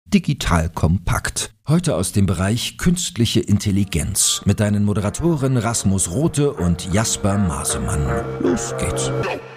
Digital Kompakt. Heute aus dem Bereich Künstliche Intelligenz mit deinen Moderatoren Rasmus Rothe und Jasper Masemann. Los geht's.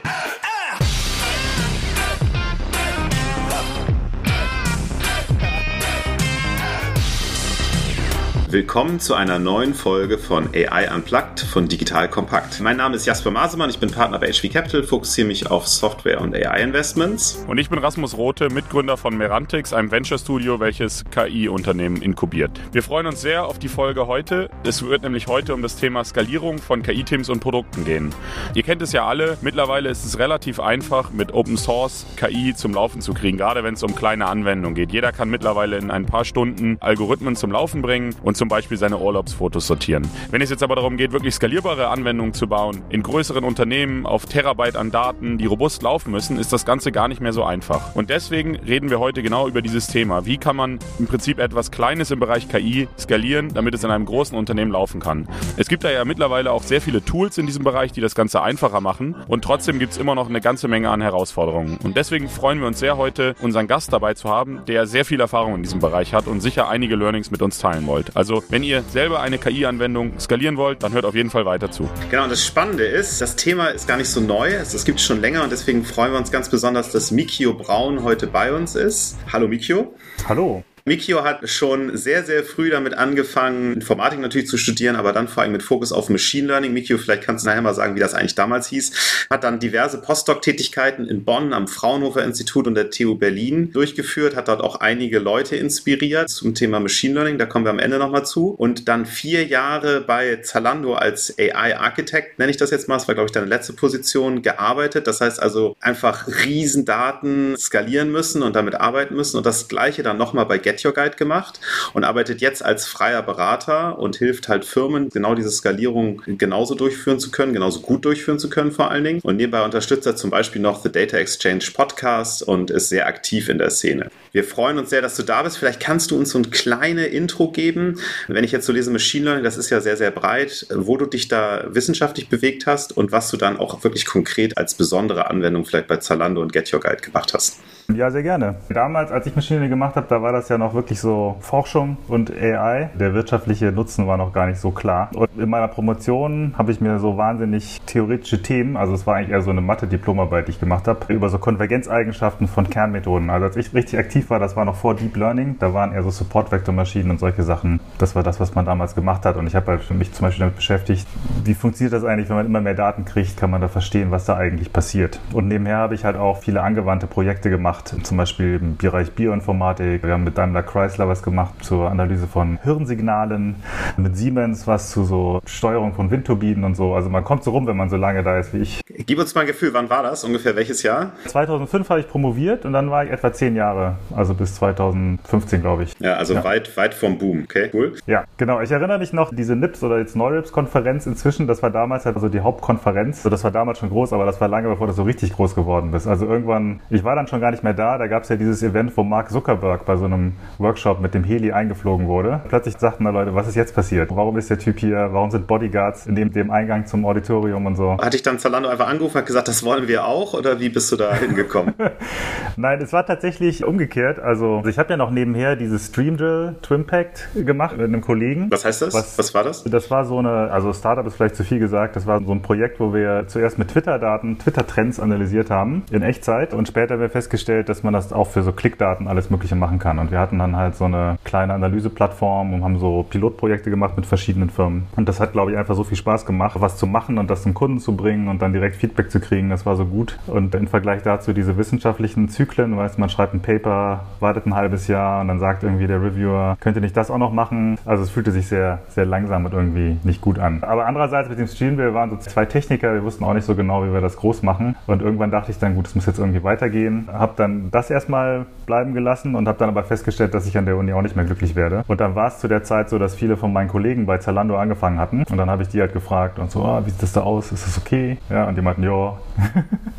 Willkommen zu einer neuen Folge von AI Unplugged von Digital Kompakt. Mein Name ist Jasper Masemann, ich bin Partner bei HV Capital, fokussiere mich auf Software- und AI-Investments. Und ich bin Rasmus Rothe, Mitgründer von Merantix, einem Venture-Studio, welches KI-Unternehmen inkubiert. Wir freuen uns sehr auf die Folge heute. Es wird nämlich heute um das Thema Skalierung von KI-Teams und Produkten gehen. Ihr kennt es ja alle, mittlerweile ist es relativ einfach, mit Open Source KI zum Laufen zu kriegen, gerade wenn es um kleine Anwendungen geht. Jeder kann mittlerweile in ein paar Stunden Algorithmen zum Laufen bringen und zum Beispiel seine Urlaubsfotos sortieren. Wenn es jetzt aber darum geht, wirklich skalierbare Anwendungen zu bauen, in größeren Unternehmen auf Terabyte an Daten, die robust laufen müssen, ist das Ganze gar nicht mehr so einfach. Und deswegen reden wir heute genau über dieses Thema. Wie kann man im Prinzip etwas Kleines im Bereich KI skalieren, damit es in einem großen Unternehmen laufen kann? Es gibt da ja mittlerweile auch sehr viele Tools in diesem Bereich, die das Ganze einfacher machen. Und trotzdem gibt es immer noch eine ganze Menge an Herausforderungen. Und deswegen freuen wir uns sehr, heute unseren Gast dabei zu haben, der sehr viel Erfahrung in diesem Bereich hat und sicher einige Learnings mit uns teilen wollt. Also wenn ihr selber eine KI-Anwendung skalieren wollt, dann hört auf jeden Fall weiter zu. Genau, und das Spannende ist, das Thema ist gar nicht so neu, es gibt es schon länger und deswegen freuen wir uns ganz besonders, dass Mikio Braun heute bei uns ist. Hallo Mikio. Hallo. Mikio hat schon sehr, sehr früh damit angefangen, Informatik natürlich zu studieren, aber dann vor allem mit Fokus auf Machine Learning. Mikio, vielleicht kannst du nachher mal sagen, wie das eigentlich damals hieß. Hat dann diverse Postdoc-Tätigkeiten in Bonn am Fraunhofer Institut und der TU Berlin durchgeführt, hat dort auch einige Leute inspiriert zum Thema Machine Learning, da kommen wir am Ende nochmal zu. Und dann 4 Jahre bei Zalando als AI-Architect, nenne ich das jetzt mal, das war glaube ich deine letzte Position, gearbeitet. Das heißt also einfach Riesendaten skalieren müssen und damit arbeiten müssen und das Gleiche dann nochmal bei Get Your Guide gemacht und arbeitet jetzt als freier Berater und hilft halt Firmen, genau diese Skalierung genauso durchführen zu können, genauso gut durchführen zu können vor allen Dingen. Und nebenbei unterstützt er zum Beispiel noch The Data Exchange Podcast und ist sehr aktiv in der Szene. Wir freuen uns sehr, dass du da bist. Vielleicht kannst du uns so ein kleines Intro geben. Wenn ich jetzt so lese Machine Learning, das ist ja sehr, sehr breit, wo du dich da wissenschaftlich bewegt hast und was du dann auch wirklich konkret als besondere Anwendung vielleicht bei Zalando und Get Your Guide gemacht hast. Ja, sehr gerne. Damals, als ich Machine Learning gemacht habe, da war das ja noch wirklich so Forschung und AI. Der wirtschaftliche Nutzen war noch gar nicht so klar. Und in meiner Promotion habe ich mir so wahnsinnig theoretische Themen, also es war eigentlich eher so eine Mathe-Diplomarbeit, die ich gemacht habe, über so Konvergenzeigenschaften von Kernmethoden. Also als ich richtig aktiv war, das war noch vor Deep Learning, da waren eher so Support-Vektor-Maschinen und solche Sachen. Das war das, was man damals gemacht hat. Und ich habe halt mich zum Beispiel damit beschäftigt, wie funktioniert das eigentlich, wenn man immer mehr Daten kriegt, kann man da verstehen, was da eigentlich passiert. Und nebenher habe ich halt auch viele angewandte Projekte gemacht, zum Beispiel im Bereich Bioinformatik. Wir haben mit Daimler Chrysler was gemacht zur Analyse von Hirnsignalen, mit Siemens was zu so Steuerung von Windturbinen und so. Also man kommt so rum, wenn man so lange da ist wie ich. Gib uns mal ein Gefühl, wann war das? Ungefähr welches Jahr? 2005 habe ich promoviert und dann war ich etwa 10 Jahre, also bis 2015, glaube ich. Ja, also weit vom Boom. Okay, cool. Ja, genau. Ich erinnere mich noch, diese NIPS oder jetzt NeurIPS-Konferenz inzwischen, das war damals halt also die Hauptkonferenz. Also das war damals schon groß, aber das war lange bevor das so richtig groß geworden ist. Also irgendwann, ich war dann schon gar nicht mehr da gab es ja dieses Event, wo Mark Zuckerberg bei so einem Workshop mit dem Heli eingeflogen wurde. Plötzlich sagten da Leute, was ist jetzt passiert? Warum ist der Typ hier? Warum sind Bodyguards in dem Eingang zum Auditorium und so? Hatte ich dann Zalando einfach angerufen und hat gesagt, das wollen wir auch? Oder wie bist du da hingekommen? Nein, es war tatsächlich umgekehrt. Also ich habe ja noch nebenher dieses Streamdrill Twimpact gemacht mit einem Kollegen. Was heißt das? Was war das? Das war so eine, also Startup ist vielleicht zu viel gesagt, das war so ein Projekt, wo wir zuerst mit Twitter-Daten, Twitter-Trends analysiert haben in Echtzeit und später haben wir festgestellt, dass man das auch für so Klickdaten alles Mögliche machen kann. Und wir hatten dann halt so eine kleine Analyseplattform und haben so Pilotprojekte gemacht mit verschiedenen Firmen. Und das hat, glaube ich, einfach so viel Spaß gemacht, was zu machen und das zum Kunden zu bringen und dann direkt Feedback zu kriegen. Das war so gut. Und im Vergleich dazu diese wissenschaftlichen Zyklen, weißt, man schreibt ein Paper, wartet ein halbes Jahr und dann sagt irgendwie der Reviewer, könnt ihr nicht das auch noch machen? Also es fühlte sich sehr, sehr langsam und irgendwie nicht gut an. Aber andererseits mit dem Streamville waren so 2 Techniker, wir wussten auch nicht so genau, wie wir das groß machen. Und irgendwann dachte ich dann, gut, es muss jetzt irgendwie weitergehen. Hab dann das erstmal bleiben gelassen und habe dann aber festgestellt, dass ich an der Uni auch nicht mehr glücklich werde. Und dann war es zu der Zeit so, dass viele von meinen Kollegen bei Zalando angefangen hatten. Und dann habe ich die halt gefragt und so, wie sieht das da aus? Ist das okay? Ja, und die meinten, ja.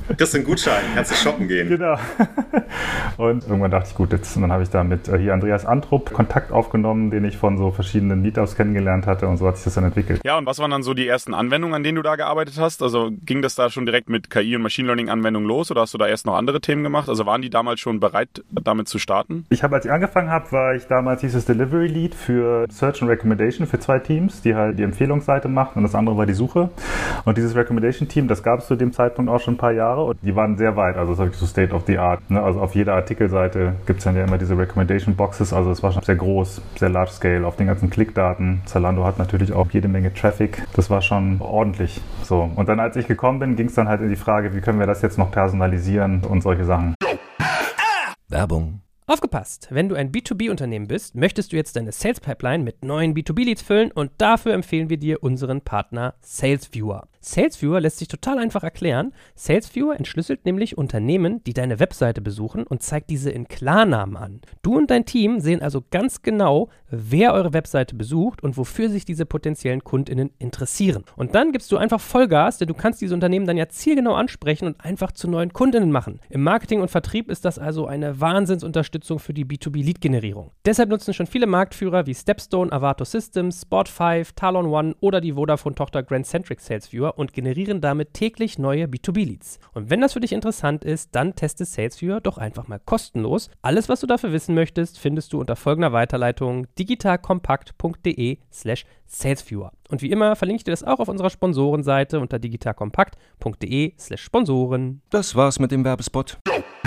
Kriegst du einen Gutschein, kannst du shoppen gehen. Genau. Und irgendwann dachte ich, gut, jetzt, und dann habe ich da mit hier Andreas Antrup Kontakt aufgenommen, den ich von so verschiedenen Meetups kennengelernt hatte, und so hat sich das dann entwickelt. Ja, und was waren dann so die ersten Anwendungen, an denen du da gearbeitet hast? Also ging das da schon direkt mit KI und Machine Learning Anwendungen los, oder hast du da erst noch andere Themen gemacht? Also waren die damals schon bereit, damit zu starten? Als ich angefangen habe, war ich damals dieses Delivery Lead für Search and Recommendation für 2 Teams, die halt die Empfehlungsseite machten, und das andere war die Suche. Und dieses Recommendation Team, das gab es zu dem Zeitpunkt auch schon ein paar Jahre, und die waren sehr weit, also das ist wirklich so State of the Art. Ne? Also auf jeder Artikelseite gibt es dann ja immer diese Recommendation Boxes, also es war schon sehr groß, sehr large scale, auf den ganzen Klickdaten. Zalando hat natürlich auch jede Menge Traffic, das war schon ordentlich. So. Und dann, als ich gekommen bin, ging es dann halt in die Frage, wie können wir das jetzt noch personalisieren und solche Sachen. Werbung. Aufgepasst! Wenn du ein B2B-Unternehmen bist, möchtest du jetzt deine Sales-Pipeline mit neuen B2B-Leads füllen, und dafür empfehlen wir dir unseren Partner SalesViewer. SalesViewer lässt sich total einfach erklären. SalesViewer entschlüsselt nämlich Unternehmen, die deine Webseite besuchen, und zeigt diese in Klarnamen an. Du und dein Team sehen also ganz genau, wer eure Webseite besucht und wofür sich diese potenziellen KundInnen interessieren. Und dann gibst du einfach Vollgas, denn du kannst diese Unternehmen dann ja zielgenau ansprechen und einfach zu neuen KundInnen machen. Im Marketing und Vertrieb ist das also eine Wahnsinnsunterstützung für die B2B-Lead-Generierung. Deshalb nutzen schon viele Marktführer wie Stepstone, Avato Systems, Spot5, Talon One oder die Vodafone-Tochter Grand Centric SalesViewer und generieren damit täglich neue B2B-Leads. Und wenn das für dich interessant ist, dann teste SalesViewer doch einfach mal kostenlos. Alles, was du dafür wissen möchtest, findest du unter folgender Weiterleitung: digitalkompakt.de/SalesViewer. Und wie immer verlinke ich dir das auch auf unserer Sponsorenseite unter digitalkompakt.de/Sponsoren. Das war's mit dem Werbespot.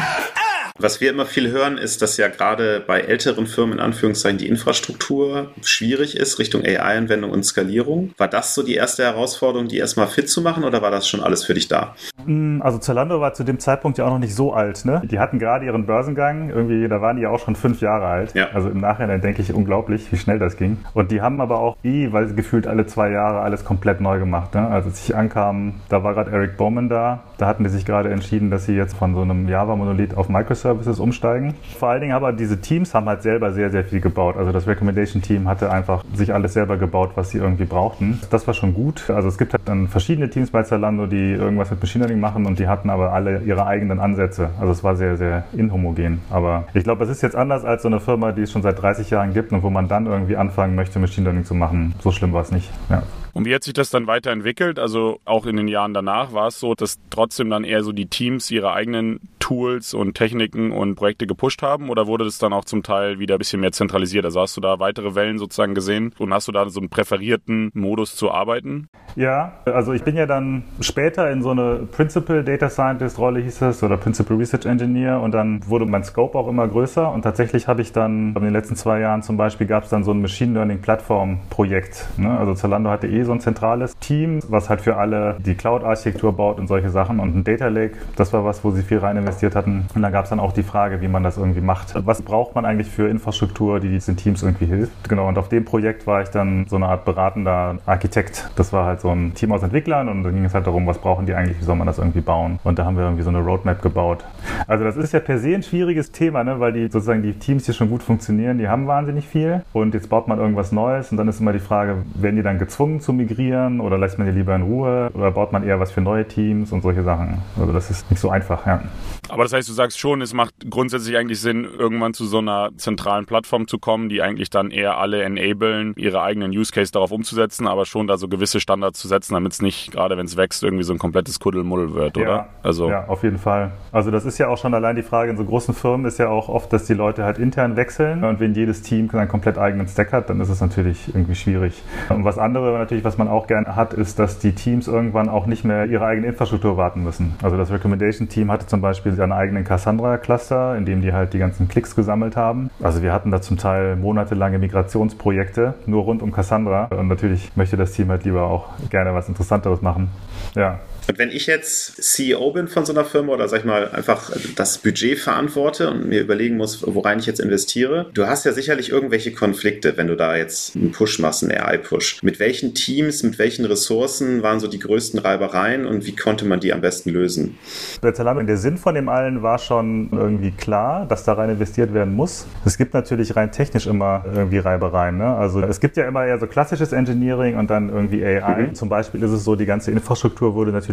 Was wir immer viel hören, ist, dass ja gerade bei älteren Firmen in Anführungszeichen die Infrastruktur schwierig ist, Richtung AI-Anwendung und Skalierung. War das so die erste Herausforderung, die erstmal fit zu machen, oder war das schon alles für dich da? Also Zalando war zu dem Zeitpunkt ja auch noch nicht so alt, ne? Die hatten gerade ihren Börsengang, irgendwie, da waren die ja auch schon 5 Jahre alt. Ja. Also im Nachhinein denke ich, unglaublich, wie schnell das ging. Und die haben aber auch weil sie gefühlt alle 2 Jahre alles komplett neu gemacht, ne? Also als ich ankam, da war gerade Eric Bowman da hatten die sich gerade entschieden, dass sie jetzt von so einem Java-Monolith auf Microservices umsteigen. Vor allen Dingen aber diese Teams haben halt selber sehr, sehr viel gebaut. Also das Recommendation-Team hatte einfach sich alles selber gebaut, was sie irgendwie brauchten. Das war schon gut. Also es gibt halt dann verschiedene Teams bei Zalando, die irgendwas mit Machine Learning machen, und die hatten aber alle ihre eigenen Ansätze. Also es war sehr, sehr inhomogen. Aber ich glaube, es ist jetzt anders als so eine Firma, die es schon seit 30 Jahren gibt und wo man dann irgendwie anfangen möchte, Machine Learning zu machen. So schlimm war es nicht. Ja. Und wie hat sich das dann weiterentwickelt? Also auch in den Jahren danach war es so, dass trotzdem dann eher so die Teams ihre eigenen Tools und Techniken und Projekte gepusht haben, oder wurde das dann auch zum Teil wieder ein bisschen mehr zentralisiert? Also hast du da weitere Wellen sozusagen gesehen und hast du da so einen präferierten Modus zu arbeiten? Ja, also ich bin ja dann später in so eine Principal Data Scientist Rolle, hieß es, oder Principal Research Engineer, und dann wurde mein Scope auch immer größer, und tatsächlich habe ich dann in den letzten 2 Jahren zum Beispiel gab es dann so ein Machine Learning Plattform Projekt. Ne? Also Zalando hatte so ein zentrales Team, was halt für alle die Cloud-Architektur baut und solche Sachen, und ein Data Lake, das war was, wo sie viel rein investiert hatten. Und dann gab es dann auch die Frage, wie man das irgendwie macht. Was braucht man eigentlich für Infrastruktur, die diesen Teams irgendwie hilft? Genau, und auf dem Projekt war ich dann so eine Art beratender Architekt. Das war halt so ein Team aus Entwicklern, und dann ging es halt darum, was brauchen die eigentlich, wie soll man das irgendwie bauen? Und da haben wir irgendwie so eine Roadmap gebaut. Also das ist ja per se ein schwieriges Thema, ne? Weil die Teams, die schon gut funktionieren, die haben wahnsinnig viel, und jetzt baut man irgendwas Neues, und dann ist immer die Frage, werden die dann gezwungen zu migrieren, oder lässt man die lieber in Ruhe, oder baut man eher was für neue Teams und solche Sachen. Also das ist nicht so einfach, ja. Aber das heißt, du sagst schon, es macht grundsätzlich eigentlich Sinn, irgendwann zu so einer zentralen Plattform zu kommen, die eigentlich dann eher alle enablen, ihre eigenen Use Case darauf umzusetzen, aber schon da so gewisse Standards zu setzen, damit es nicht, gerade wenn es wächst, irgendwie so ein komplettes Kuddelmuddel wird, oder? Ja, auf jeden Fall. Also das ist ja auch schon allein die Frage, in so großen Firmen ist ja auch oft, dass die Leute halt intern wechseln, und wenn jedes Team einen komplett eigenen Stack hat, dann ist es natürlich irgendwie schwierig. Und was andere natürlich, was man auch gerne hat, ist, dass die Teams irgendwann auch nicht mehr ihre eigene Infrastruktur warten müssen. Also das Recommendation-Team hatte zum Beispiel seinen eigenen Cassandra-Cluster, in dem die halt die ganzen Klicks gesammelt haben. Also wir hatten da zum Teil monatelange Migrationsprojekte nur rund um Cassandra, und natürlich möchte das Team halt lieber auch gerne was Interessanteres machen. Ja. Und wenn ich jetzt CEO bin von so einer Firma, oder sag ich mal einfach das Budget verantworte und mir überlegen muss, worein ich jetzt investiere, du hast ja sicherlich irgendwelche Konflikte, wenn du da jetzt einen Push machst, einen AI-Push. Mit welchen Teams, mit welchen Ressourcen waren so die größten Reibereien, und wie konnte man die am besten lösen? Bei Zalando, der Sinn von dem allen war schon irgendwie klar, dass da rein investiert werden muss. Es gibt natürlich rein technisch immer irgendwie Reibereien, ne? Also es gibt ja immer eher so klassisches Engineering und dann irgendwie AI. Zum Beispiel ist es so, die ganze Infrastruktur wurde natürlich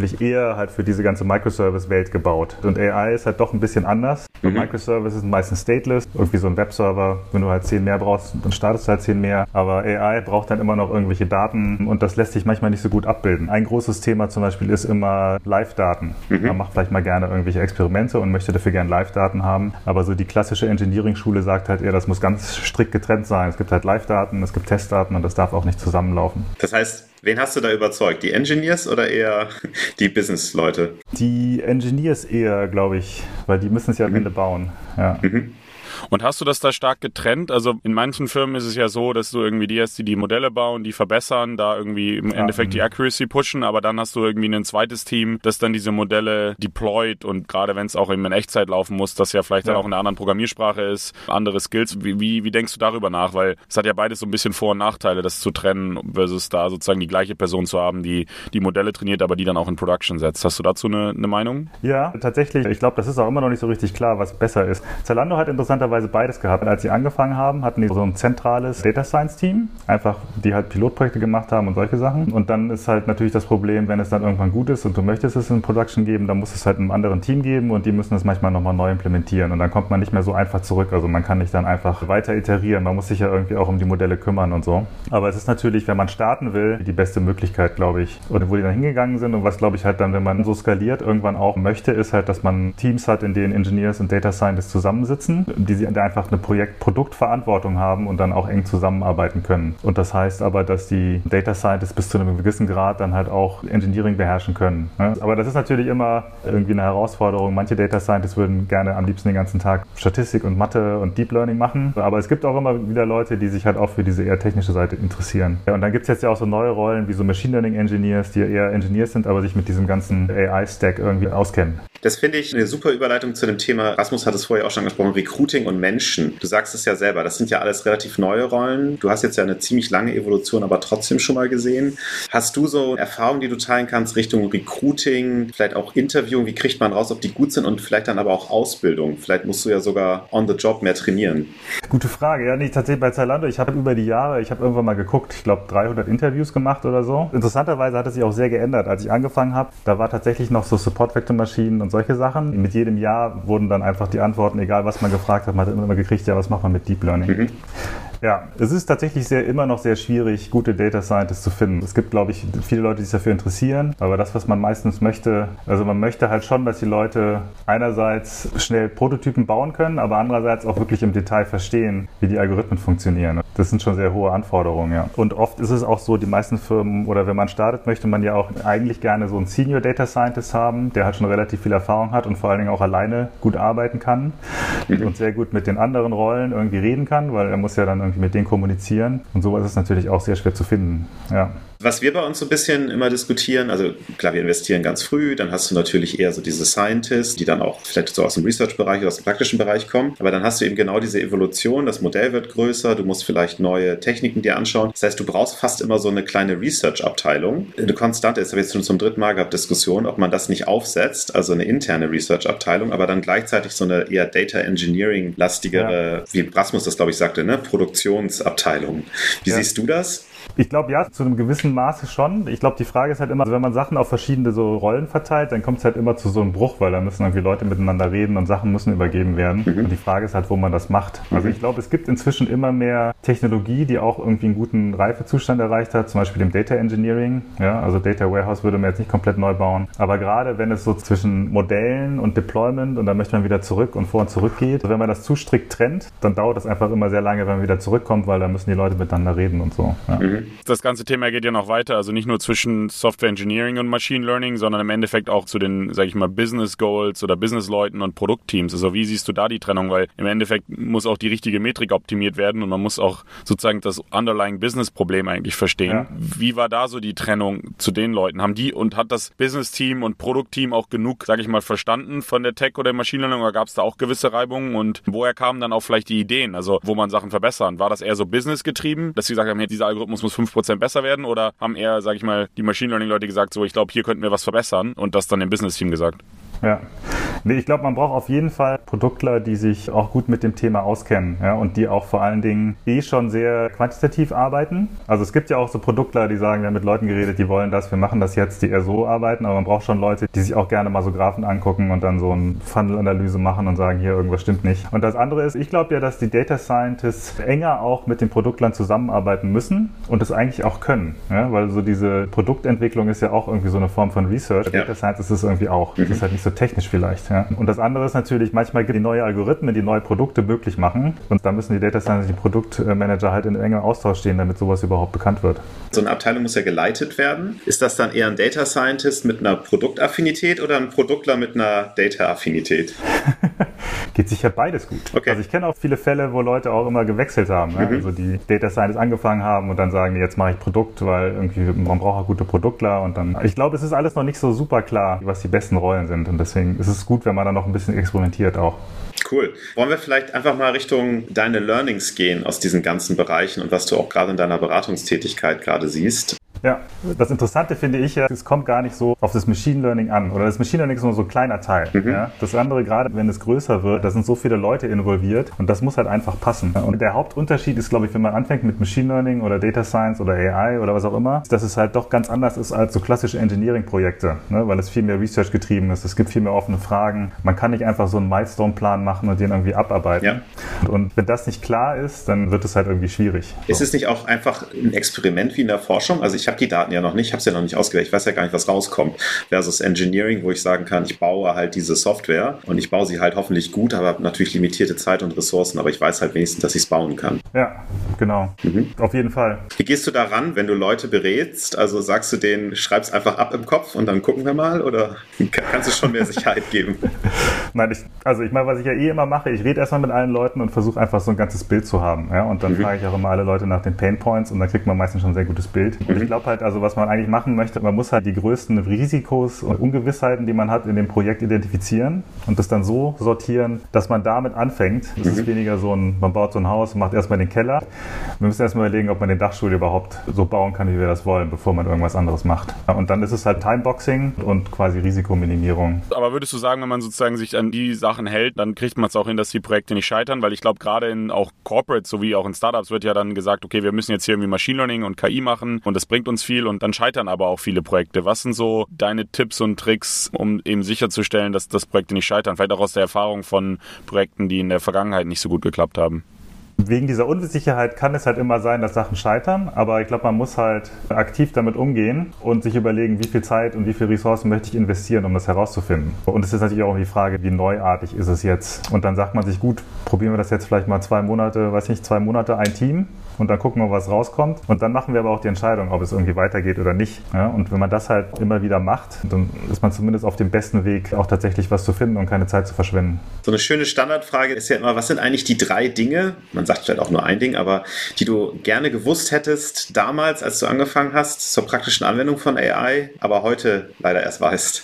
natürlich eher halt für diese ganze Microservice-Welt gebaut. Und AI ist halt doch ein bisschen anders. Microservices sind meistens stateless, irgendwie so ein Webserver, wenn du halt 10 mehr brauchst, dann startest du halt 10 mehr. Aber AI braucht dann immer noch irgendwelche Daten und das lässt sich manchmal nicht so gut abbilden. Ein großes Thema zum Beispiel ist immer Live-Daten. Man macht vielleicht mal gerne irgendwelche Experimente und möchte dafür gerne Live-Daten haben. Aber so die klassische Engineering-Schule sagt halt eher, das muss ganz strikt getrennt sein. Es gibt halt Live-Daten, es gibt Testdaten und das darf auch nicht zusammenlaufen. Das heißt, wen hast du da überzeugt? Die Engineers oder eher die Business-Leute? Die Engineers eher, glaube ich, weil die müssen es ja am Ende bauen. Ja. Und hast du das da stark getrennt? Also in manchen Firmen ist es ja so, dass du irgendwie die hast, die die Modelle bauen, die verbessern, da irgendwie im Endeffekt die Accuracy pushen, aber dann hast du irgendwie ein zweites Team, das dann diese Modelle deployt und gerade wenn es auch in Echtzeit laufen muss, das ja vielleicht dann auch in einer anderen Programmiersprache ist, andere Skills. Wie denkst du darüber nach? Weil es hat ja beides so ein bisschen Vor- und Nachteile, das zu trennen versus da sozusagen die gleiche Person zu haben, die die Modelle trainiert, aber die dann auch in Production setzt. Hast du dazu eine Meinung? Ja, tatsächlich. Ich glaube, das ist auch immer noch nicht so richtig klar, was besser ist. Zalando hat interessanterweise beides gehabt. Als sie angefangen haben, hatten die so ein zentrales Data Science Team, einfach die halt Pilotprojekte gemacht haben und solche Sachen. Und dann ist halt natürlich das Problem, wenn es dann irgendwann gut ist und du möchtest es in Production geben, dann muss es halt einem anderen Team geben und die müssen es manchmal nochmal neu implementieren und dann kommt man nicht mehr so einfach zurück. Also man kann nicht dann einfach weiter iterieren. Man muss sich ja irgendwie auch um die Modelle kümmern und so. Aber es ist natürlich, wenn man starten will, die beste Möglichkeit, glaube ich. Oder wo die dann hingegangen sind und was, glaube ich, halt dann, wenn man so skaliert, irgendwann auch möchte, ist halt, dass man Teams hat, in denen Engineers und Data Scientists zusammensitzen, die einfach eine Produktverantwortung haben und dann auch eng zusammenarbeiten können. Und das heißt aber, dass die Data Scientists bis zu einem gewissen Grad dann halt auch Engineering beherrschen können. Aber das ist natürlich immer irgendwie eine Herausforderung. Manche Data Scientists würden gerne am liebsten den ganzen Tag Statistik und Mathe und Deep Learning machen. Aber es gibt auch immer wieder Leute, die sich halt auch für diese eher technische Seite interessieren. Und dann gibt es jetzt ja auch so neue Rollen wie so Machine Learning Engineers, die eher Engineers sind, aber sich mit diesem ganzen AI-Stack irgendwie auskennen. Das finde ich eine super Überleitung zu dem Thema, Rasmus hat es vorher auch schon angesprochen, Recruiting und Menschen. Du sagst es ja selber, das sind ja alles relativ neue Rollen. Du hast jetzt ja eine ziemlich lange Evolution, aber trotzdem schon mal gesehen. Hast du so Erfahrungen, die du teilen kannst, Richtung Recruiting, vielleicht auch Interviewing, wie kriegt man raus, ob die gut sind und vielleicht dann aber auch Ausbildung? Vielleicht musst du ja sogar on the job mehr trainieren. Gute Frage. Ja, tatsächlich bei Zalando, ich habe über die Jahre, irgendwann mal geguckt, ich glaube 300 Interviews gemacht oder so. Interessanterweise hat es sich auch sehr geändert. Als ich angefangen habe, da war tatsächlich noch so Support-Vector-Maschinen und solche Sachen. Mit jedem Jahr wurden dann einfach die Antworten, egal was man gefragt hat, man hat immer gekriegt, ja, was macht man mit Deep Learning? Ja, es ist tatsächlich immer noch sehr schwierig, gute Data Scientists zu finden. Es gibt, glaube ich, viele Leute, die sich dafür interessieren, aber das, was man meistens möchte, also man möchte halt schon, dass die Leute einerseits schnell Prototypen bauen können, aber andererseits auch wirklich im Detail verstehen, wie die Algorithmen funktionieren. Das sind schon sehr hohe Anforderungen, ja. Und oft ist es auch so, die meisten Firmen, oder wenn man startet, möchte man ja auch eigentlich gerne so einen Senior Data Scientist haben, der halt schon relativ viel Erfahrung hat und vor allen Dingen auch alleine gut arbeiten kann und sehr gut mit den anderen Rollen irgendwie reden kann, weil er muss ja dann irgendwie mit denen kommunizieren. Und sowas ist natürlich auch sehr schwer zu finden. Ja. Was wir bei uns so ein bisschen immer diskutieren, also klar, wir investieren ganz früh, dann hast du natürlich eher so diese Scientists, die dann auch vielleicht so aus dem Research-Bereich oder aus dem praktischen Bereich kommen, aber dann hast du eben genau diese Evolution, das Modell wird größer, du musst vielleicht neue Techniken dir anschauen. Das heißt, du brauchst fast immer so eine kleine Research-Abteilung. Eine konstante ist, habe ich jetzt schon zum 3. Mal gehabt, Diskussion, ob man das nicht aufsetzt, also eine interne Research-Abteilung, aber dann gleichzeitig so eine eher Data Engineering-lastigere, wie Rasmus das, glaube ich, sagte, ne, Produktionsabteilung. Wie siehst du das? Ich glaube, ja, zu einem gewissen Maße schon. Ich glaube, die Frage ist halt immer, also wenn man Sachen auf verschiedene so Rollen verteilt, dann kommt es halt immer zu so einem Bruch, weil da müssen irgendwie Leute miteinander reden und Sachen müssen übergeben werden. Und die Frage ist halt, wo man das macht. Also ich glaube, es gibt inzwischen immer mehr Technologie, die auch irgendwie einen guten Reifezustand erreicht hat, zum Beispiel im Data Engineering. Ja, also Data Warehouse würde man jetzt nicht komplett neu bauen. Aber gerade wenn es so zwischen Modellen und Deployment und dann möchte man wieder zurück und vor und zurück geht, also wenn man das zu strikt trennt, dann dauert das einfach immer sehr lange, wenn man wieder zurückkommt, weil da müssen die Leute miteinander reden und so. Ja. Das ganze Thema geht ja noch weiter, also nicht nur zwischen Software Engineering und Machine Learning, sondern im Endeffekt auch zu den, sage ich mal, Business Goals oder Business-Leuten und Produktteams. Also wie siehst du da die Trennung? Weil im Endeffekt muss auch die richtige Metrik optimiert werden und man muss auch sozusagen das Underlying Business-Problem eigentlich verstehen. Ja. Wie war da so die Trennung zu den Leuten? Haben die und hat das Business-Team und Produktteam auch genug, sage ich mal, verstanden von der Tech oder Machine Learning oder gab es da auch gewisse Reibungen und woher kamen dann auch vielleicht die Ideen, also wo man Sachen verbessern? War das eher so Business-getrieben, dass sie gesagt haben, hey, dieser Algorithmus muss 5% besser werden oder haben eher, sage ich mal, die Machine Learning Leute gesagt, so ich glaube, hier könnten wir was verbessern und das dann dem Business-Team gesagt? Nee, ich glaube, man braucht auf jeden Fall Produktler, die sich auch gut mit dem Thema auskennen, ja, und die auch vor allen Dingen schon sehr quantitativ arbeiten. Also es gibt ja auch so Produktler, die sagen, wir haben mit Leuten geredet, die wollen das, wir machen das jetzt, die eher so arbeiten, aber man braucht schon Leute, die sich auch gerne mal so Graphen angucken und dann so eine Funnel-Analyse machen und sagen, hier, irgendwas stimmt nicht. Und das andere ist, ich glaube ja, dass die Data Scientists enger auch mit den Produktlern zusammenarbeiten müssen und es eigentlich auch können, ja, weil so diese Produktentwicklung ist ja auch irgendwie so eine Form von Research. Ja. Data Science ist es irgendwie auch. Das ist halt nicht so technisch vielleicht. Ja. Und das andere ist natürlich, manchmal gibt es die neue Algorithmen, die neue Produkte möglich machen und da müssen die Data Scientists, die Produktmanager halt in engem Austausch stehen, damit sowas überhaupt bekannt wird. So eine Abteilung muss ja geleitet werden. Ist das dann eher ein Data Scientist mit einer Produktaffinität oder ein Produktler mit einer Data-Affinität? Geht sicher beides gut. Okay. Also ich kenne auch viele Fälle, wo Leute auch immer gewechselt haben. Ne? Also die Data Scientists angefangen haben und dann sagen, jetzt mache ich Produkt, weil irgendwie man braucht auch gute Produktler und dann. Ich glaube, es ist alles noch nicht so super klar, was die besten Rollen sind und deswegen ist es gut, wenn man da noch ein bisschen experimentiert auch. Cool. Wollen wir vielleicht einfach mal Richtung deine Learnings gehen aus diesen ganzen Bereichen und was du auch gerade in deiner Beratungstätigkeit gerade siehst? Ja, das Interessante finde ich ja, es kommt gar nicht so auf das Machine Learning an. Oder das Machine Learning ist nur so ein kleiner Teil. Ja? Das andere, gerade wenn es größer wird, da sind so viele Leute involviert und das muss halt einfach passen. Und der Hauptunterschied ist, glaube ich, wenn man anfängt mit Machine Learning oder Data Science oder AI oder was auch immer, dass es halt doch ganz anders ist als so klassische Engineering-Projekte, ne? Weil es viel mehr Research getrieben ist, es gibt viel mehr offene Fragen. Man kann nicht einfach so einen Milestone-Plan machen und den irgendwie abarbeiten. Ja. Und wenn das nicht klar ist, dann wird es halt irgendwie schwierig. Ist es nicht auch einfach ein Experiment wie in der Forschung? Also ich habe die Daten ja noch nicht, habe es ja noch nicht ausgewählt, ich weiß ja gar nicht, was rauskommt. Versus Engineering, wo ich sagen kann, ich baue halt diese Software und ich baue sie halt hoffentlich gut, aber habe natürlich limitierte Zeit und Ressourcen, aber ich weiß halt wenigstens, dass ich es bauen kann. Ja, genau. Auf jeden Fall. Wie gehst du daran, wenn du Leute berätst? Also sagst du denen, schreib's einfach ab im Kopf und dann gucken wir mal oder kannst du schon mehr Sicherheit geben? Nein, ich meine, was ich ja immer mache, ich rede erstmal mit allen Leuten und versuche einfach so ein ganzes Bild zu haben. Ja? Und dann frage ich auch immer alle Leute nach den Painpoints und dann kriegt man meistens schon ein sehr gutes Bild. Und ich glaube halt, also was man eigentlich machen möchte, man muss halt die größten Risikos und Ungewissheiten, die man hat in dem Projekt identifizieren und das dann so sortieren, dass man damit anfängt. Das ist weniger so man baut so ein Haus und macht erstmal den Keller. Wir müssen erstmal überlegen, ob man den Dachstuhl überhaupt so bauen kann, wie wir das wollen, bevor man irgendwas anderes macht. Und dann ist es halt Timeboxing und quasi Risikominimierung. Aber würdest du sagen, wenn man sozusagen sich an die Sachen hält, dann kriegt man es auch hin, dass die Projekte nicht scheitern? Weil ich glaube, gerade in auch Corporates sowie auch in Startups wird ja dann gesagt, okay, wir müssen jetzt hier irgendwie Machine Learning und KI machen und das bringt uns viel und dann scheitern aber auch viele Projekte. Was sind so deine Tipps und Tricks, um eben sicherzustellen, dass das Projekte nicht scheitern? Vielleicht auch aus der Erfahrung von Projekten, die in der Vergangenheit nicht so gut geklappt haben. Wegen dieser Unsicherheit kann es halt immer sein, dass Sachen scheitern, aber ich glaube, man muss halt aktiv damit umgehen und sich überlegen, wie viel Zeit und wie viel Ressourcen möchte ich investieren, um das herauszufinden. Und es ist natürlich auch die Frage, wie neuartig ist es jetzt? Und dann sagt man sich, gut, probieren wir das jetzt vielleicht mal 2 Monate, ein Team und dann gucken wir, was rauskommt. Und dann machen wir aber auch die Entscheidung, ob es irgendwie weitergeht oder nicht. Ja? Und wenn man das halt immer wieder macht, dann ist man zumindest auf dem besten Weg, auch tatsächlich was zu finden und keine Zeit zu verschwenden. So eine schöne Standardfrage ist ja immer, was sind eigentlich die 3 Dinge, man sagt vielleicht auch nur ein Ding, aber die du gerne gewusst hättest damals, als du angefangen hast, zur praktischen Anwendung von AI, aber heute leider erst weißt?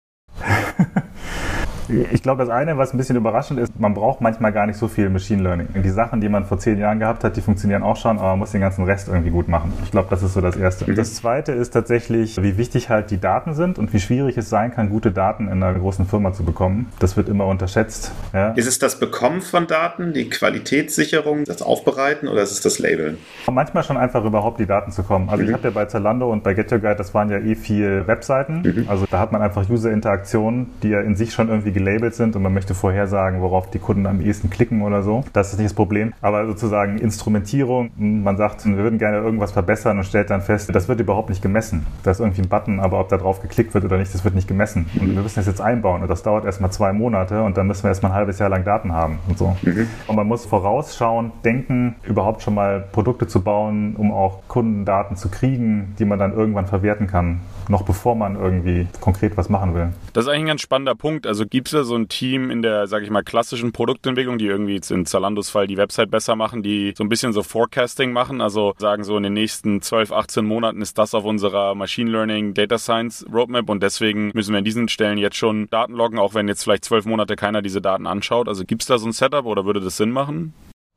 Ich glaube, das eine, was ein bisschen überraschend ist, man braucht manchmal gar nicht so viel Machine Learning. Die Sachen, die man vor 10 Jahren gehabt hat, die funktionieren auch schon, aber man muss den ganzen Rest irgendwie gut machen. Ich glaube, das ist so das Erste. Das Zweite ist tatsächlich, wie wichtig halt die Daten sind und wie schwierig es sein kann, gute Daten in einer großen Firma zu bekommen. Das wird immer unterschätzt. Ja. Ist es das Bekommen von Daten, die Qualitätssicherung, das Aufbereiten oder ist es das Labeln? Manchmal schon einfach überhaupt die Daten zu kommen. Also ich habe ja bei Zalando und bei Get Your Guide, das waren ja viel Webseiten. Also da hat man einfach User-Interaktionen, die ja in sich schon irgendwie gelabelt sind und man möchte vorhersagen, worauf die Kunden am ehesten klicken oder so. Das ist nicht das Problem. Aber sozusagen Instrumentierung, man sagt, wir würden gerne irgendwas verbessern und stellt dann fest, das wird überhaupt nicht gemessen. Da ist irgendwie ein Button, aber ob da drauf geklickt wird oder nicht, das wird nicht gemessen. Und wir müssen das jetzt einbauen und das dauert erstmal 2 Monate und dann müssen wir erstmal ein halbes Jahr lang Daten haben und so. Und man muss vorausschauend denken, überhaupt schon mal Produkte zu bauen, um auch Kundendaten zu kriegen, die man dann irgendwann verwerten kann, noch bevor man irgendwie konkret was machen will. Das ist eigentlich ein ganz spannender Punkt. Also gibt es da so ein Team in der, sage ich mal, klassischen Produktentwicklung, die irgendwie jetzt in Zalandos Fall die Website besser machen, die so ein bisschen so Forecasting machen, also sagen so in den nächsten 12, 18 Monaten ist das auf unserer Machine Learning Data Science Roadmap und deswegen müssen wir an diesen Stellen jetzt schon Daten loggen, auch wenn jetzt vielleicht 12 Monate keiner diese Daten anschaut. Also gibt es da so ein Setup oder würde das Sinn machen?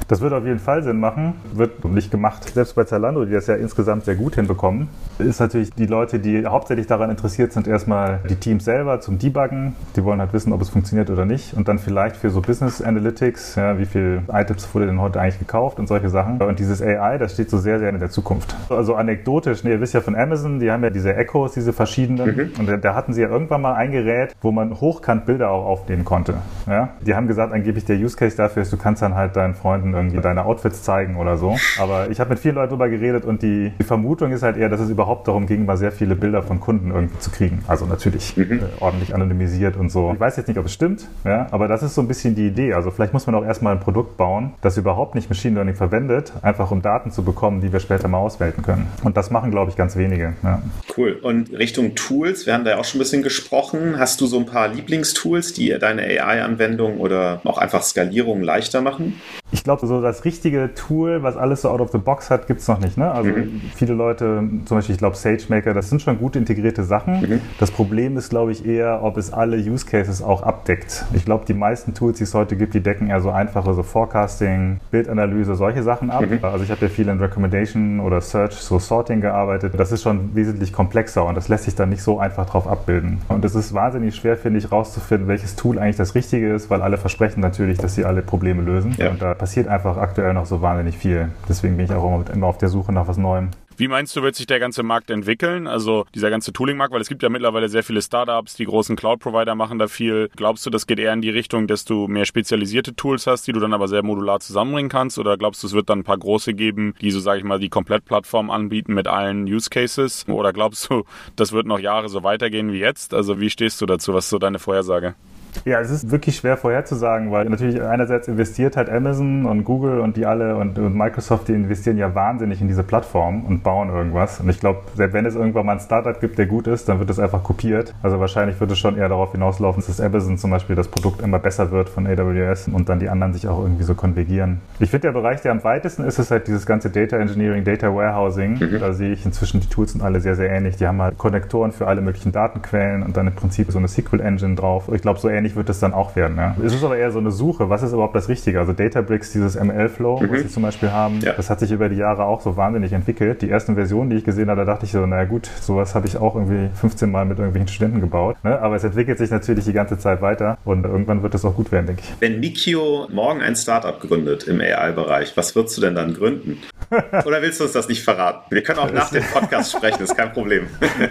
Das wird auf jeden Fall Sinn machen, wird nicht gemacht. Selbst bei Zalando, die das ja insgesamt sehr gut hinbekommen, ist natürlich die Leute, die hauptsächlich daran interessiert sind, erstmal die Teams selber zum Debuggen. Die wollen halt wissen, ob es funktioniert oder nicht. Und dann vielleicht für so Business Analytics, ja, wie viele Items wurde denn heute eigentlich gekauft und solche Sachen. Und dieses AI, das steht so sehr, sehr in der Zukunft. Also anekdotisch, ihr wisst ja von Amazon, die haben ja diese Echos, diese verschiedenen. Und da hatten sie ja irgendwann mal ein Gerät, wo man hochkant Bilder auch aufnehmen konnte. Ja? Die haben gesagt, angeblich der Use Case dafür ist, du kannst dann halt deinen Freunden irgendwie deine Outfits zeigen oder so. Aber ich habe mit vielen Leuten drüber geredet und die Vermutung ist halt eher, dass es überhaupt darum ging, mal sehr viele Bilder von Kunden irgendwie zu kriegen. Also natürlich ordentlich anonymisiert und so. Ich weiß jetzt nicht, ob es stimmt, ja? Aber das ist so ein bisschen die Idee. Also vielleicht muss man auch erstmal ein Produkt bauen, das überhaupt nicht Machine Learning verwendet, einfach um Daten zu bekommen, die wir später mal auswerten können. Und das machen, glaube ich, ganz wenige. Ja. Cool. Und Richtung Tools, wir haben da ja auch schon ein bisschen gesprochen. Hast du so ein paar Lieblingstools, die deine AI-Anwendung oder auch einfach Skalierung leichter machen? Ich glaube, so das richtige Tool, was alles so out of the box hat, gibt es noch nicht. Ne? Also viele Leute, zum Beispiel, ich glaube SageMaker, das sind schon gut integrierte Sachen. Das Problem ist, glaube ich, eher, ob es alle Use Cases auch abdeckt. Ich glaube, die meisten Tools, die es heute gibt, die decken eher so einfache so Forecasting, Bildanalyse, solche Sachen ab. Also ich habe ja viel in Recommendation oder Search, so Sorting gearbeitet. Das ist schon wesentlich komplexer und das lässt sich dann nicht so einfach drauf abbilden. Und es ist wahnsinnig schwer, finde ich, rauszufinden, welches Tool eigentlich das Richtige ist, weil alle versprechen natürlich, dass sie alle Probleme lösen. Ja. Und da passiert einfach aktuell noch so wahnsinnig viel. Deswegen bin ich auch immer auf der Suche nach was Neuem. Wie meinst du, wird sich der ganze Markt entwickeln? Also dieser ganze Tooling-Markt, weil es gibt ja mittlerweile sehr viele Startups, die großen Cloud-Provider machen da viel. Glaubst du, das geht eher in die Richtung, dass du mehr spezialisierte Tools hast, die du dann aber sehr modular zusammenbringen kannst? Oder glaubst du, es wird dann ein paar große geben, die so, sage ich mal, die Komplettplattform anbieten mit allen Use Cases? Oder glaubst du, das wird noch Jahre so weitergehen wie jetzt? Also wie stehst du dazu? Was ist so deine Vorhersage? Ja, es ist wirklich schwer vorherzusagen, weil natürlich einerseits investiert halt Amazon und Google und die alle und Microsoft, die investieren ja wahnsinnig in diese Plattform und bauen irgendwas. Und ich glaube, selbst wenn es irgendwann mal ein Startup gibt, der gut ist, dann wird es einfach kopiert. Also wahrscheinlich wird es schon eher darauf hinauslaufen, dass Amazon zum Beispiel das Produkt immer besser wird von AWS und dann die anderen sich auch irgendwie so konvergieren. Ich finde, der Bereich, der am weitesten ist halt dieses ganze Data Engineering, Data Warehousing. Da sehe ich inzwischen, die Tools sind alle sehr, sehr ähnlich. Die haben halt Konnektoren für alle möglichen Datenquellen und dann im Prinzip so eine SQL-Engine drauf. Ich glaube, so ähnlich wird es dann auch werden. Ja. Es ist aber eher so eine Suche, was ist überhaupt das Richtige? Also Databricks, dieses ML-Flow, was sie zum Beispiel haben, das hat sich über die Jahre auch so wahnsinnig entwickelt. Die ersten Versionen, die ich gesehen habe, da dachte ich so, naja gut, sowas habe ich auch irgendwie 15 Mal mit irgendwelchen Studenten gebaut. Ne? Aber es entwickelt sich natürlich die ganze Zeit weiter und irgendwann wird es auch gut werden, denke ich. Wenn Nikio morgen ein Startup gründet im AI-Bereich, was würdest du denn dann gründen? Oder willst du uns das nicht verraten? Wir können auch nach dem Podcast sprechen, ist kein Problem.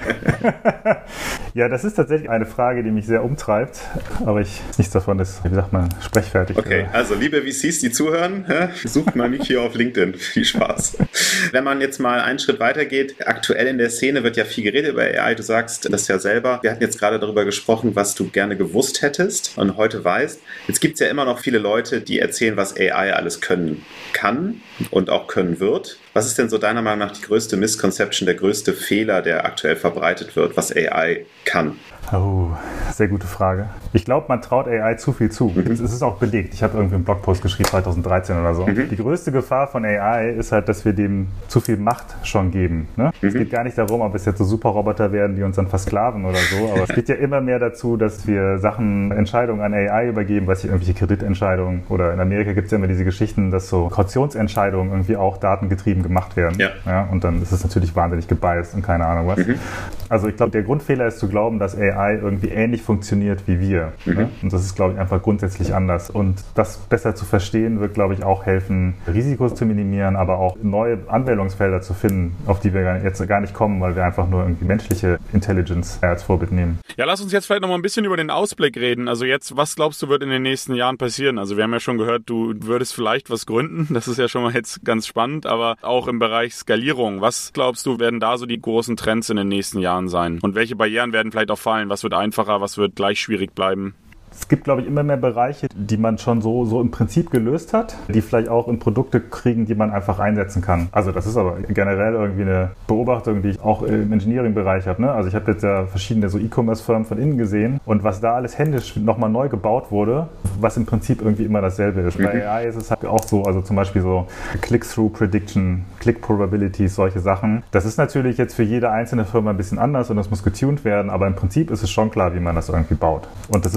Ja, das ist tatsächlich eine Frage, die mich sehr umtreibt, aber nichts davon ist, wie sagt man, sprechfertig. Okay, also liebe VCs, die zuhören, sucht mal Nikio auf LinkedIn. Viel Spaß. Wenn man jetzt mal einen Schritt weiter geht, aktuell in der Szene wird ja viel geredet über AI. Du sagst das ja selber. Wir hatten jetzt gerade darüber gesprochen, was du gerne gewusst hättest und heute weißt. Jetzt gibt es ja immer noch viele Leute, die erzählen, was AI alles können kann und auch können wird. Was ist denn so deiner Meinung nach die größte Misconception, der größte Fehler, der aktuell verbreitet wird, was AI kann? Oh, sehr gute Frage. Ich glaube, man traut AI zu viel zu. Es ist auch belegt. Ich habe irgendwie einen Blogpost geschrieben, 2013 oder so. Die größte Gefahr von AI ist halt, dass wir dem zu viel Macht schon geben. Ne? Es geht gar nicht darum, ob es jetzt so Superroboter werden, die uns dann versklaven oder so. Aber es geht ja immer mehr dazu, dass wir Entscheidungen an AI übergeben, weiß ich, irgendwelche Kreditentscheidungen. Oder in Amerika gibt es ja immer diese Geschichten, dass so Kautionsentscheidungen irgendwie auch datengetrieben gemacht werden. Ja, und dann ist es natürlich wahnsinnig gebiased und keine Ahnung was. Also ich glaube, der Grundfehler ist zu glauben, dass AI irgendwie ähnlich funktioniert wie wir. Ne? Und das ist, glaube ich, einfach grundsätzlich anders. Und das besser zu verstehen, wird, glaube ich, auch helfen, Risikos zu minimieren, aber auch neue Anwendungsfelder zu finden, auf die wir jetzt gar nicht kommen, weil wir einfach nur irgendwie menschliche Intelligence als Vorbild nehmen. Ja, lass uns jetzt vielleicht noch mal ein bisschen über den Ausblick reden. Also jetzt, was glaubst du, wird in den nächsten Jahren passieren? Also wir haben ja schon gehört, du würdest vielleicht was gründen. Das ist ja schon mal jetzt ganz spannend, aber auch im Bereich Skalierung. Was glaubst du, werden da so die großen Trends in den nächsten Jahren sein? Und welche Barrieren werden vielleicht auch fallen? Was wird einfacher, was wird gleich schwierig bleiben? Es gibt, glaube ich, immer mehr Bereiche, die man schon so im Prinzip gelöst hat, die vielleicht auch in Produkte kriegen, die man einfach einsetzen kann. Also das ist aber generell irgendwie eine Beobachtung, die ich auch im Engineering-Bereich habe. Ne? Also ich habe jetzt ja verschiedene so E-Commerce-Firmen von innen gesehen und was da alles händisch nochmal neu gebaut wurde, was im Prinzip irgendwie immer dasselbe ist. Bei AI ist es halt auch so, also zum Beispiel so Click-Through-Prediction, Click-Probabilities, solche Sachen. Das ist natürlich jetzt für jede einzelne Firma ein bisschen anders und das muss getuned werden, aber im Prinzip ist es schon klar, wie man das irgendwie baut. Und das ist aber immer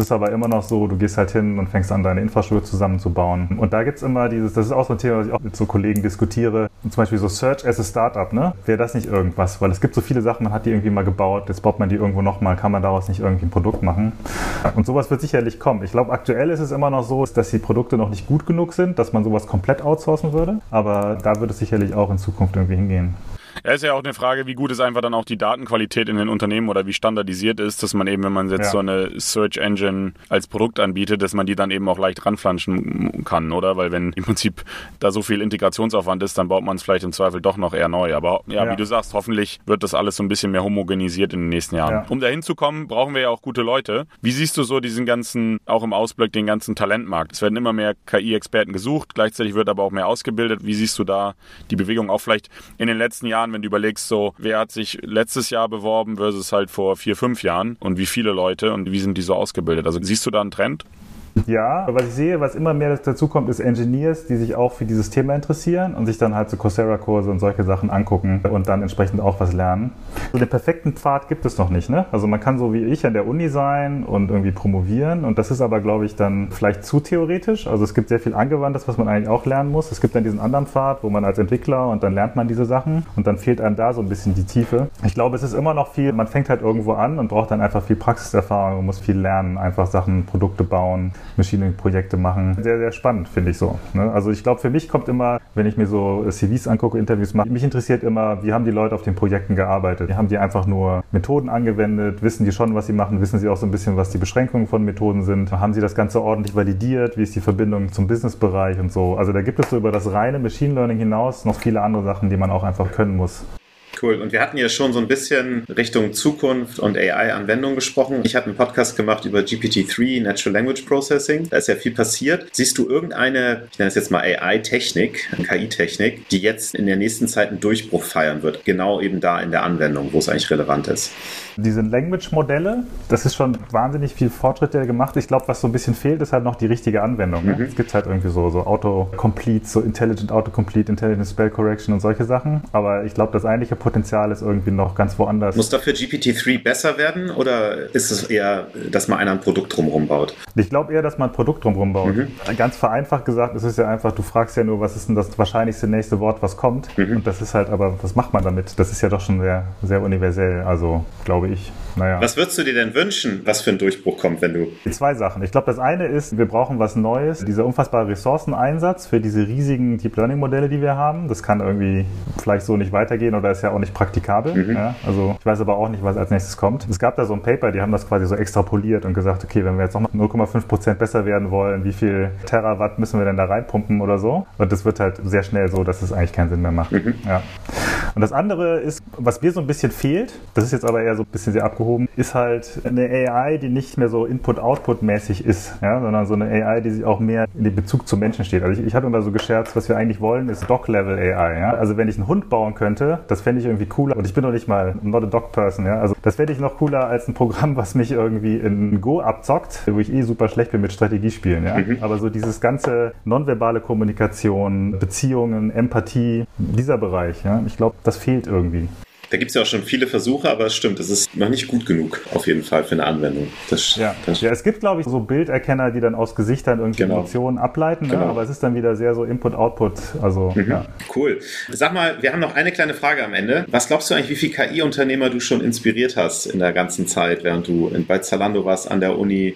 noch so, du gehst halt hin und fängst an, deine Infrastruktur zusammenzubauen. Und da gibt's immer das ist auch so ein Thema, was ich auch mit so Kollegen diskutiere. Und zum Beispiel so Search as a Startup, ne? Wäre das nicht irgendwas? Weil es gibt so viele Sachen, man hat die irgendwie mal gebaut, jetzt baut man die irgendwo nochmal, kann man daraus nicht irgendwie ein Produkt machen? Und sowas wird sicherlich kommen. Ich glaube, aktuell ist es immer noch so, dass die Produkte noch nicht gut genug sind, dass man sowas komplett outsourcen würde. Aber da wird es sicherlich auch in Zukunft irgendwie hingehen. Ja, ist ja auch eine Frage, wie gut ist einfach dann auch die Datenqualität in den Unternehmen oder wie standardisiert ist, dass man eben, wenn man jetzt so eine Search Engine als Produkt anbietet, dass man die dann eben auch leicht ranflanschen kann, oder? Weil wenn im Prinzip da so viel Integrationsaufwand ist, dann baut man es vielleicht im Zweifel doch noch eher neu. Aber wie du sagst, hoffentlich wird das alles so ein bisschen mehr homogenisiert in den nächsten Jahren. Ja. Um da hinzukommen, brauchen wir ja auch gute Leute. Wie siehst du so diesen ganzen, auch im Ausblick, den ganzen Talentmarkt? Es werden immer mehr KI-Experten gesucht, gleichzeitig wird aber auch mehr ausgebildet. Wie siehst du da die Bewegung auch vielleicht in den letzten Jahren, wenn du überlegst, so, wer hat sich letztes Jahr beworben versus halt vor 4-5 Jahren und wie viele Leute und wie sind die so ausgebildet? Also siehst du da einen Trend? Ja, was ich sehe, was immer mehr dazu kommt, ist Engineers, die sich auch für dieses Thema interessieren und sich dann halt so Coursera-Kurse und solche Sachen angucken und dann entsprechend auch was lernen. So den perfekten Pfad gibt es noch nicht, ne? Also man kann so wie ich an der Uni sein und irgendwie promovieren und das ist aber, glaube ich, dann vielleicht zu theoretisch. Also es gibt sehr viel Angewandtes, was man eigentlich auch lernen muss. Es gibt dann diesen anderen Pfad, wo man als Entwickler und dann lernt man diese Sachen und dann fehlt einem da so ein bisschen die Tiefe. Ich glaube, es ist immer noch viel, man fängt halt irgendwo an und braucht dann einfach viel Praxiserfahrung und muss viel lernen, einfach Sachen, Produkte bauen, Machine Projekte machen. Sehr, sehr spannend, finde ich so. Ne? Also ich glaube, für mich kommt immer, wenn ich mir so CVs angucke, Interviews mache, mich interessiert immer, wie haben die Leute auf den Projekten gearbeitet? Haben die einfach nur Methoden angewendet? Wissen die schon, was sie machen? Wissen sie auch so ein bisschen, was die Beschränkungen von Methoden sind? Haben sie das Ganze ordentlich validiert? Wie ist die Verbindung zum Businessbereich und so? Also da gibt es so über das reine Machine Learning hinaus noch viele andere Sachen, die man auch einfach können muss. Cool. Und wir hatten ja schon so ein bisschen Richtung Zukunft und AI-Anwendung gesprochen. Ich habe einen Podcast gemacht über GPT-3, Natural Language Processing. Da ist ja viel passiert. Siehst du irgendeine, ich nenne es jetzt mal AI-Technik, KI-Technik, die jetzt in der nächsten Zeit einen Durchbruch feiern wird? Genau eben da in der Anwendung, wo es eigentlich relevant ist. Diese Language-Modelle, das ist schon wahnsinnig viel Fortschritt gemacht. Ich glaube, was so ein bisschen fehlt, ist halt noch die richtige Anwendung. Ne? Es gibt halt irgendwie so Autocomplete, so Intelligent Autocomplete, Intelligent Spell Correction und solche Sachen. Aber ich glaube, das eigentliche Potenzial ist irgendwie noch ganz woanders. Muss dafür GPT-3 besser werden oder ist es eher, dass man ein Produkt drumherum baut? Ich glaube eher, dass man ein Produkt drumherum baut. Ganz vereinfacht gesagt, es ist ja einfach, du fragst ja nur, was ist denn das wahrscheinlichste nächste Wort, was kommt. Und das ist halt, aber was macht man damit? Das ist ja doch schon sehr, sehr universell, also glaube ich. Naja. Was würdest du dir denn wünschen, was für ein Durchbruch kommt, wenn du... Zwei Sachen. Ich glaube, das eine ist, wir brauchen was Neues. Dieser unfassbare Ressourceneinsatz für diese riesigen Deep Learning Modelle, die wir haben, das kann irgendwie vielleicht so nicht weitergehen oder ist ja auch nicht praktikabel. Ja? Also ich weiß aber auch nicht, was als nächstes kommt. Es gab da so ein Paper, die haben das quasi so extrapoliert und gesagt, okay, wenn wir jetzt noch 0,5% besser werden wollen, wie viel Terawatt müssen wir denn da reinpumpen oder so? Und das wird halt sehr schnell so, dass es eigentlich keinen Sinn mehr macht. Ja. Und das andere ist, was mir so ein bisschen fehlt, das ist jetzt aber eher so ein bisschen sehr abgehoben, ist halt eine AI, die nicht mehr so Input-Output-mäßig ist, ja, sondern so eine AI, die sich auch mehr in den Bezug zum Menschen steht. Also ich habe immer so gescherzt, was wir eigentlich wollen, ist Dog-Level-AI. Ja? Also wenn ich einen Hund bauen könnte, das fände ich irgendwie cooler. Und ich bin noch nicht mal not a dog-person. Ja? Also das fände ich noch cooler als ein Programm, was mich irgendwie in Go abzockt, wo ich super schlecht bin mit Strategiespielen. Ja? Aber so dieses ganze nonverbale Kommunikation, Beziehungen, Empathie, dieser Bereich, ja? Ich glaube, das fehlt irgendwie. Da gibt es ja auch schon viele Versuche, aber es stimmt, es ist noch nicht gut genug, auf jeden Fall, für eine Anwendung. Ja, es gibt, glaube ich, so Bilderkenner, die dann aus Gesichtern irgendwie Emotionen ableiten, ne? Aber es ist dann wieder sehr so Input-Output. Also, ja. Cool. Sag mal, wir haben noch eine kleine Frage am Ende. Was glaubst du eigentlich, wie viele KI-Unternehmer du schon inspiriert hast in der ganzen Zeit, während du bei Zalando warst, an der Uni?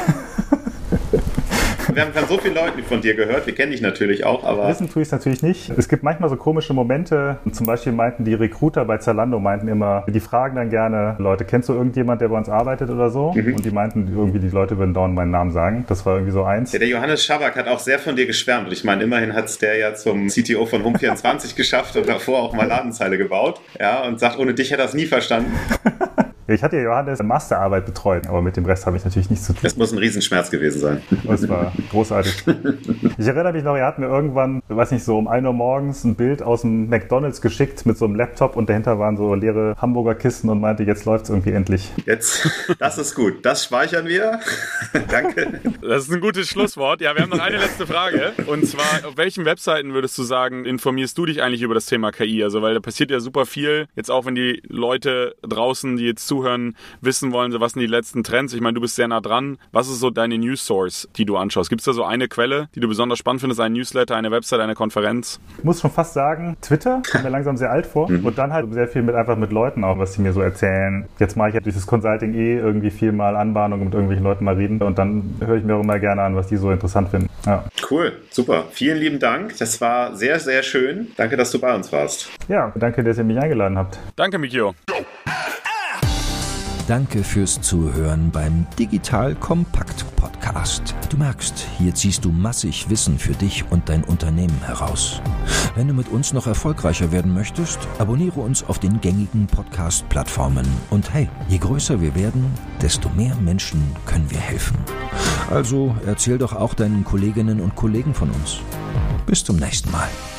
Wir haben von so vielen Leuten von dir gehört, wir kennen dich natürlich auch, aber... Wissen tue ich es natürlich nicht. Es gibt manchmal so komische Momente, zum Beispiel meinten die Recruiter bei Zalando, immer, die fragen dann gerne, Leute, kennst du irgendjemand, der bei uns arbeitet oder so? Und die meinten irgendwie, die Leute würden dauernd meinen Namen sagen. Das war irgendwie so eins. Ja, der Johannes Schabak hat auch sehr von dir geschwärmt und ich meine, immerhin hat es der ja zum CTO von Home24 geschafft und davor auch mal Ladenzeile gebaut. Ja, und sagt, ohne dich hätte er es nie verstanden. Ich hatte ja Johannes Masterarbeit betreut, aber mit dem Rest habe ich natürlich nichts zu tun. Das muss ein Riesenschmerz gewesen sein. Das war großartig. Ich erinnere mich noch, er hat mir irgendwann, weiß nicht, so um 1 Uhr morgens ein Bild aus dem McDonald's geschickt mit so einem Laptop und dahinter waren so leere Hamburger Kisten und meinte, jetzt läuft es irgendwie endlich. Jetzt, das ist gut. Das speichern wir. Danke. Das ist ein gutes Schlusswort. Ja, wir haben noch eine letzte Frage. Und zwar, auf welchen Webseiten würdest du sagen, informierst du dich eigentlich über das Thema KI? Also, weil da passiert ja super viel. Jetzt auch, wenn die Leute draußen, die jetzt zuhören, zuhören, wissen wollen, so was sind die letzten Trends? Ich meine, du bist sehr nah dran. Was ist so deine News Source, die du anschaust? Gibt es da so eine Quelle, die du besonders spannend findest? Ein Newsletter, eine Website, eine Konferenz? Ich muss schon fast sagen, Twitter kommt mir langsam sehr alt vor. Und dann halt sehr viel mit Leuten auch, was sie mir so erzählen. Jetzt mache ich ja durch das Consulting irgendwie viel mal Anbahnung mit irgendwelchen Leuten mal reden. Und dann höre ich mir auch immer gerne an, was die so interessant finden. Ja. Cool, super. Vielen lieben Dank. Das war sehr, sehr schön. Danke, dass du bei uns warst. Ja, danke, dass ihr mich eingeladen habt. Danke, Mikio. Danke fürs Zuhören beim Digital Kompakt Podcast. Du merkst, hier ziehst du massig Wissen für dich und dein Unternehmen heraus. Wenn du mit uns noch erfolgreicher werden möchtest, abonniere uns auf den gängigen Podcast-Plattformen. Und hey, je größer wir werden, desto mehr Menschen können wir helfen. Also erzähl doch auch deinen Kolleginnen und Kollegen von uns. Bis zum nächsten Mal.